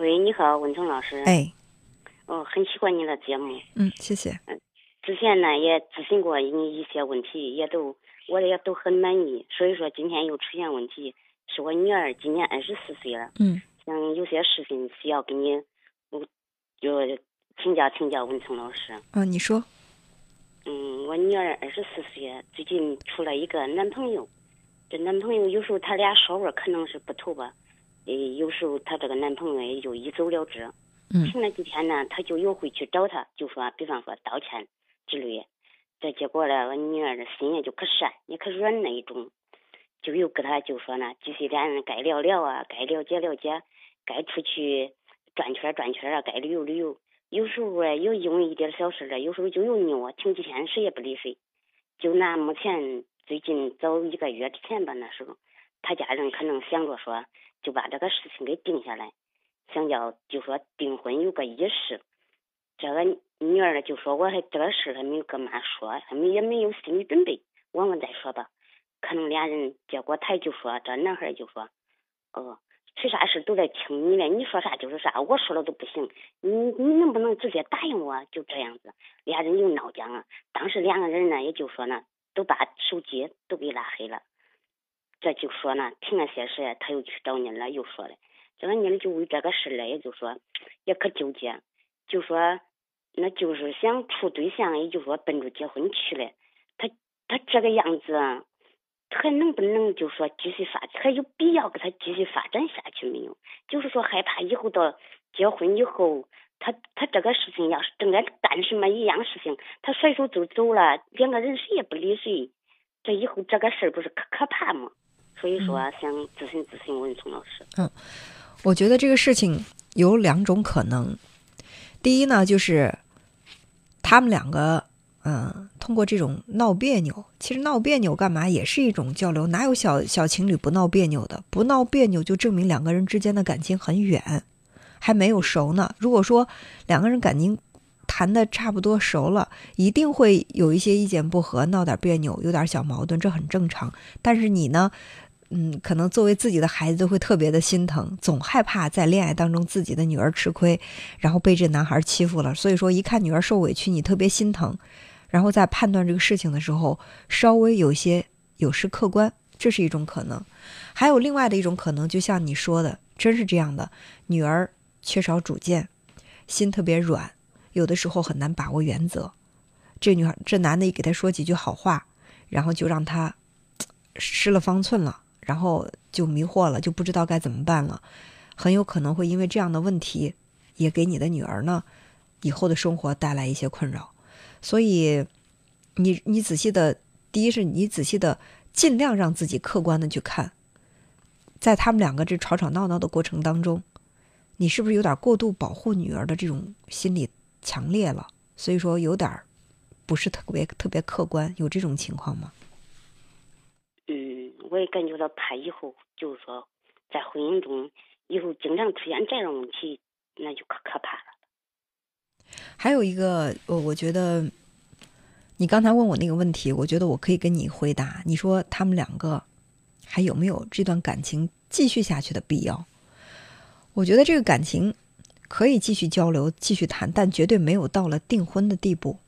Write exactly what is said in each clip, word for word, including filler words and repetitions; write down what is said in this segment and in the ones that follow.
喂，你好，文聪老师。 哎， 哦，很喜欢你的节目。 嗯，谢谢。 嗯，之前呢也咨询过你一些问题，也都我也都很满意，所以说今天又出现问题，是我女儿今年二十四岁了。 嗯， 像有些事情需要给你，我就请教请教文聪老师。 啊，你说。 嗯，我女儿二十四岁，最近处了一个男朋友。这男朋友有时候他俩稍微可能是不投吧，呃，有时候他这个男朋友也就一走了之。 嗯， 停了几天呢，他就又回去找他，就说，比方说道歉之类。这结果呢，我女儿的心也就可善也可软那一种，就又跟他就说呢，继续俩人该聊聊啊，该了解了解，该出去转圈转圈啊，该旅游旅游。有时候啊，有因为一点小事了，有时候就又扭啊，停几天谁也不理谁。就拿目前最近早一个月之前吧，那时候他家人可能想着说，就把这个事情给定下来，想要就说订婚有个仪式。这个女儿就说，我还这个事还没有跟妈说，还没也没有心理准备，晚晚再说吧。可能俩人结果他就说，这男孩就说，哦，谁啥事都在听你的，你说啥就是啥，我说了都不行，你你能不能直接答应我？就这样子，俩人又闹僵了。当时两个人呢，也就说呢，都把手机都给拉黑了。这就说呢，停了些时，他又去找你了，又说了，这个女的就为这个事呢，也就说也可纠结，就说那就是想处对象，也就说奔着结婚去了。他他这个样子啊，还能不能就说继续发，还有必要给他继续发展下去没有？就是说害怕以后到结婚以后，他他这个事情要是正在干什么一样事情，他甩手就走了，两个人谁也不理谁，这以后这个事儿不是可可怕吗？所以说想咨询咨询文聪老师。 嗯，我觉得这个事情有两种可能。第一呢，就是他们两个嗯，通过这种闹别扭，其实闹别扭干嘛也是一种交流，哪有小小情侣不闹别扭的？不闹别扭就证明两个人之间的感情很远，还没有熟呢。如果说两个人感情谈的差不多熟了，一定会有一些意见不合，闹点别扭，有点小矛盾，这很正常。但是你呢，嗯，可能作为自己的孩子会特别的心疼，总害怕在恋爱当中自己的女儿吃亏，然后被这男孩欺负了。所以说一看女儿受委屈，你特别心疼，然后在判断这个事情的时候稍微有些有失客观，这是一种可能。还有另外的一种可能，就像你说的，真是这样的，女儿缺少主见，心特别软，有的时候很难把握原则。这女孩这男的一给她说几句好话，然后就让她失了方寸了，然后就迷惑了，就不知道该怎么办了。很有可能会因为这样的问题也给你的女儿呢以后的生活带来一些困扰。所以你你仔细的，第一是你仔细的尽量让自己客观的去看，在他们两个这吵吵闹闹的过程当中，你是不是有点过度保护女儿的这种心理强烈了？所以说有点不是特别特别客观，有这种情况吗？ 嗯，我也感觉到怕以后就是说在婚姻中以后经常出现这种问题，那就可可怕了。 还有一个，我我觉得你刚才问我那个问题，我觉得我可以跟你回答。你说他们两个还有没有这段感情继续下去的必要？我觉得这个感情可以继续交流，继续谈，但绝对没有到了订婚的地步。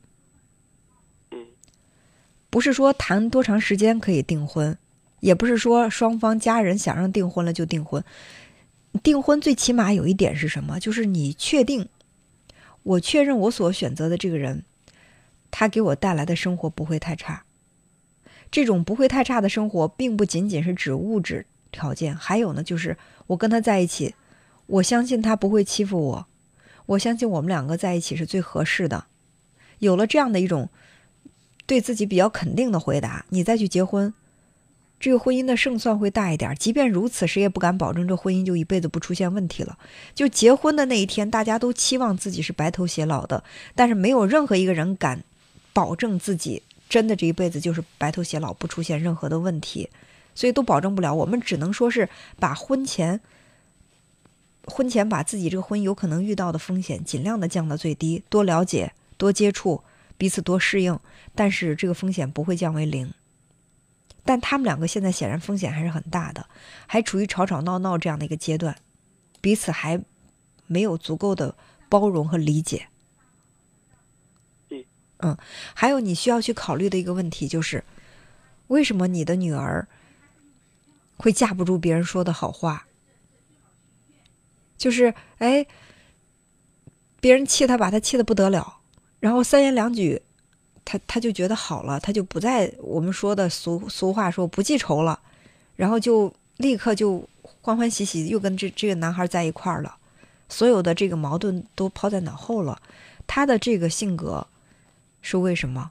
不是说谈多长时间可以订婚，也不是说双方家人想让订婚了就订婚。订婚最起码有一点是什么？就是你确定，我确认我所选择的这个人，他给我带来的生活不会太差。这种不会太差的生活并不仅仅是指物质条件，还有呢，就是我跟他在一起，我相信他不会欺负我，我相信我们两个在一起是最合适的。有了这样的一种对自己比较肯定的回答，你再去结婚，这个婚姻的胜算会大一点。即便如此，谁也不敢保证这婚姻就一辈子不出现问题了。就结婚的那一天，大家都期望自己是白头偕老的，但是没有任何一个人敢保证自己真的这一辈子就是白头偕老，不出现任何的问题，所以都保证不了。我们只能说是把婚前婚前把自己这个婚姻有可能遇到的风险尽量的降到最低，多了解，多接触，彼此多适应，但是这个风险不会降为零。但他们两个现在显然风险还是很大的，还处于吵吵闹闹这样的一个阶段，彼此还没有足够的包容和理解。 嗯嗯，还有你需要去考虑的一个问题就是，为什么你的女儿会架不住别人说的好话？就是哎，别人气他，把他气得不得了，然后三言两语，他他就觉得好了，他就不再我们说的俗俗话说不记仇了，然后就立刻就欢欢喜喜又跟这这个男孩在一块儿了，所有的这个矛盾都抛在脑后了。他的这个性格是为什么？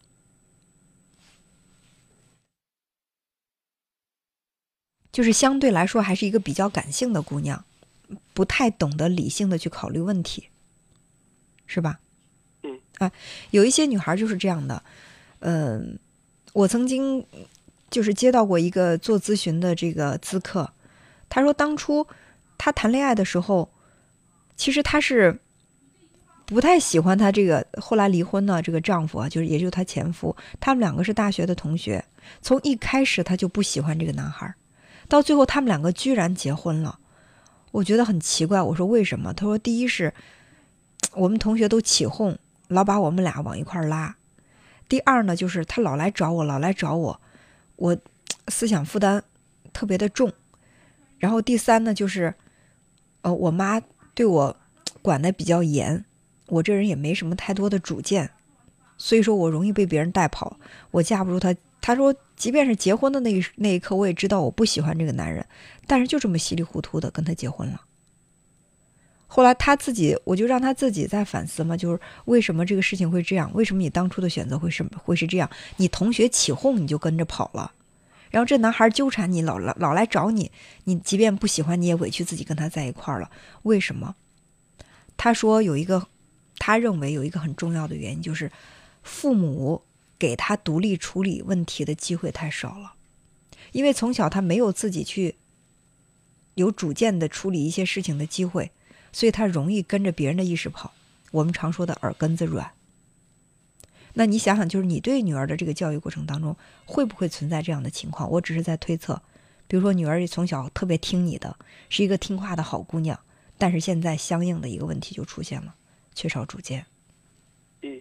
就是相对来说还是一个比较感性的姑娘，不太懂得理性的去考虑问题，是吧？ 嗯啊，有一些女孩就是这样的。嗯、呃，我曾经就是接到过一个做咨询的这个咨客，他说当初他谈恋爱的时候，其实他是不太喜欢他这个后来离婚的这个丈夫啊，就是也就是他前夫，他们两个是大学的同学，从一开始他就不喜欢这个男孩，到最后他们两个居然结婚了。我觉得很奇怪，我说为什么？他说第一是我们同学都起哄，老把我们俩往一块拉。第二呢，就是他老来找我，老来找我，我思想负担特别的重。然后第三呢，就是呃，我妈对我管得比较严，我这人也没什么太多的主见，所以说我容易被别人带跑，我架不住他。他说即便是结婚的那一那一刻，我也知道我不喜欢这个男人，但是就这么稀里糊涂的跟他结婚了。后来他自己，我就让他自己在反思嘛，就是为什么这个事情会这样？为什么你当初的选择会是会是这样？你同学起哄你就跟着跑了，然后这男孩纠缠你，老老老来找你，你即便不喜欢你也委屈自己跟他在一块儿了，为什么？他说有一个，他认为有一个很重要的原因，就是父母给他独立处理问题的机会太少了，因为从小他没有自己去有主见的处理一些事情的机会，所以他容易跟着别人的意识跑，我们常说的耳根子软。那你想想，就是你对女儿的这个教育过程当中会不会存在这样的情况？我只是在推测，比如说女儿从小特别听你的，是一个听话的好姑娘，但是现在相应的一个问题就出现了，缺少主见。 嗯，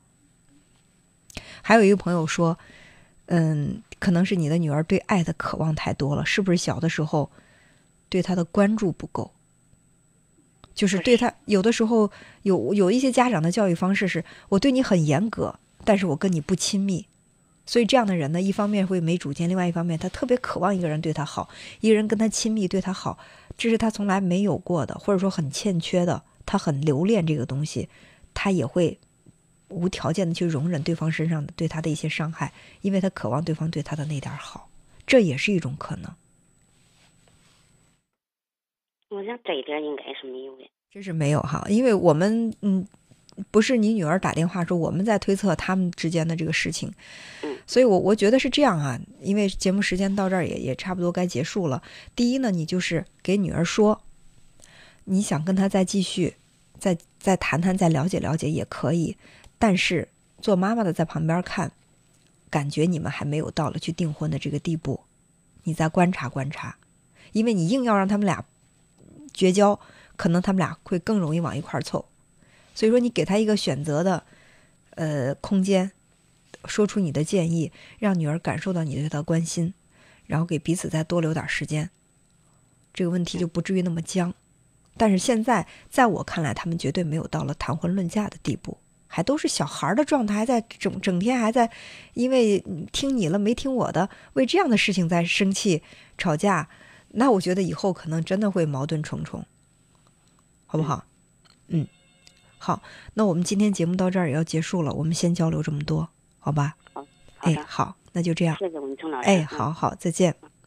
还有一个朋友说，嗯，可能是你的女儿对爱的渴望太多了，是不是小的时候对她的关注不够？就是对她有的时候有有一些家长的教育方式是，我对你很严格，但是我跟你不亲密。所以这样的人呢，一方面会没主见，另外一方面他特别渴望一个人对他好，一个人跟他亲密对他好，这是他从来没有过的，或者说很欠缺的，他很留恋这个东西，他也会无条件的去容忍对方身上的对他的一些伤害，因为他渴望对方对他的那点好，这也是一种可能。 我想这一点应该是没有的。 这是没有哈，因为我们嗯，不是你女儿打电话说我们在推测他们之间的这个事情， 嗯， 所以我我觉得是这样啊，因为节目时间到这儿也也差不多该结束了。第一呢，你就是给女儿说，你想跟她再继续，再再谈谈，再了解了解也可以，但是做妈妈的在旁边看，感觉你们还没有到了去订婚的这个地步，你再观察观察，因为你硬要让他们俩绝交，可能他们俩会更容易往一块儿凑。所以说你给他一个选择的呃空间，说出你的建议，让女儿感受到你对她关心，然后给彼此再多留点时间，这个问题就不至于那么僵。但是现在在我看来，他们绝对没有到了谈婚论嫁的地步，还都是小孩的状态，还在整整天还在因为听你了没听我的，为这样的事情在生气吵架，那我觉得以后可能真的会矛盾重重，好不好？嗯，好，那我们今天节目到这儿也要结束了，我们先交流这么多，好吧？ 好，好的， 哎，好，那就这样。 谢谢文成老师。 哎，好好，再见。 嗯